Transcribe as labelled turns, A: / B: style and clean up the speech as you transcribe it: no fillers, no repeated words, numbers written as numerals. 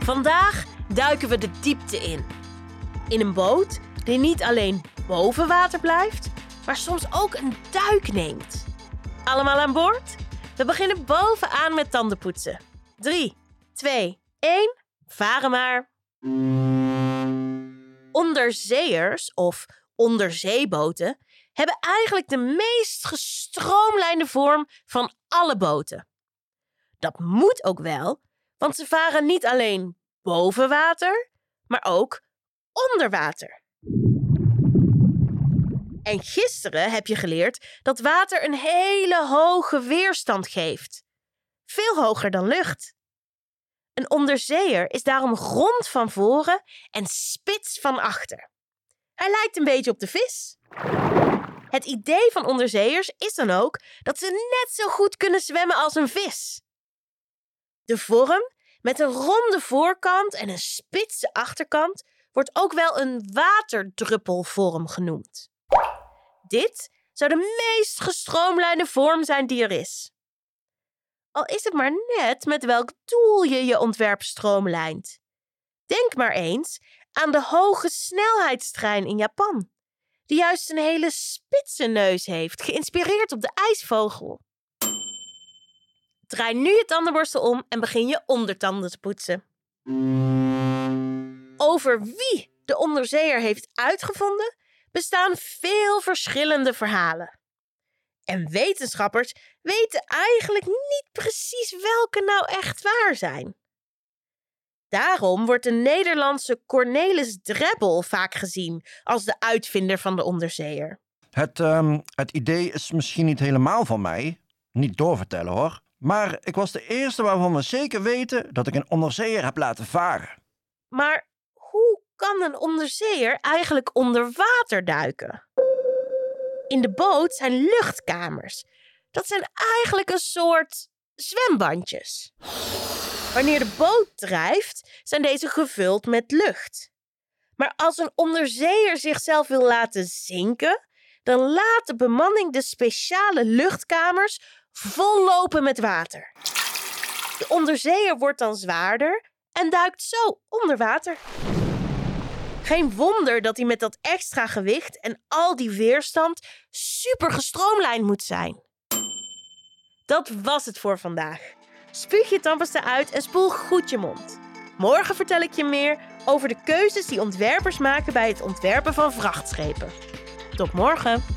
A: Vandaag duiken we de diepte in. In een boot die niet alleen boven water blijft, maar soms ook een duik neemt. Allemaal aan boord? We beginnen bovenaan met tandenpoetsen. 3, 2, 1, varen maar. Onderzeeërs of onderzeeboten hebben eigenlijk de meest gestroomlijnde vorm van alle boten. Dat moet ook wel, want ze varen niet alleen boven water, maar ook onder water. En gisteren heb je geleerd dat water een hele hoge weerstand geeft. Veel hoger dan lucht. Een onderzeeër is daarom rond van voren en spits van achter. Hij lijkt een beetje op de vis. Het idee van onderzeeërs is dan ook dat ze net zo goed kunnen zwemmen als een vis. De vorm met een ronde voorkant en een spitse achterkant wordt ook wel een waterdruppelvorm genoemd. Dit zou de meest gestroomlijnde vorm zijn die er is. Al is het maar net met welk doel je je ontwerp stroomlijnt. Denk maar eens aan de hoge snelheidstrein in Japan, die juist een hele spitse neus heeft, geïnspireerd op de ijsvogel. Draai nu je tandenborstel om en begin je ondertanden te poetsen. Over wie de onderzeeër heeft uitgevonden, bestaan veel verschillende verhalen. En wetenschappers weten eigenlijk niet precies welke nou echt waar zijn. Daarom wordt de Nederlandse Cornelis Drebbel vaak gezien als de uitvinder van de onderzeeër.
B: Het idee is misschien niet helemaal van mij. Niet doorvertellen hoor. Maar ik was de eerste waarvan we zeker weten dat ik een onderzeeër heb laten varen.
A: Maar hoe kan een onderzeeër eigenlijk onder water duiken? In de boot zijn luchtkamers. Dat zijn eigenlijk een soort zwembandjes. Wanneer de boot drijft, zijn deze gevuld met lucht. Maar als een onderzeeër zichzelf wil laten zinken, dan laat de bemanning de speciale luchtkamers vollopen met water. De onderzeeër wordt dan zwaarder en duikt zo onder water. Geen wonder dat hij met dat extra gewicht en al die weerstand super gestroomlijnd moet zijn. Dat was het voor vandaag. Spuug je tandpasta uit en spoel goed je mond. Morgen vertel ik je meer over de keuzes die ontwerpers maken bij het ontwerpen van vrachtschepen. Tot morgen!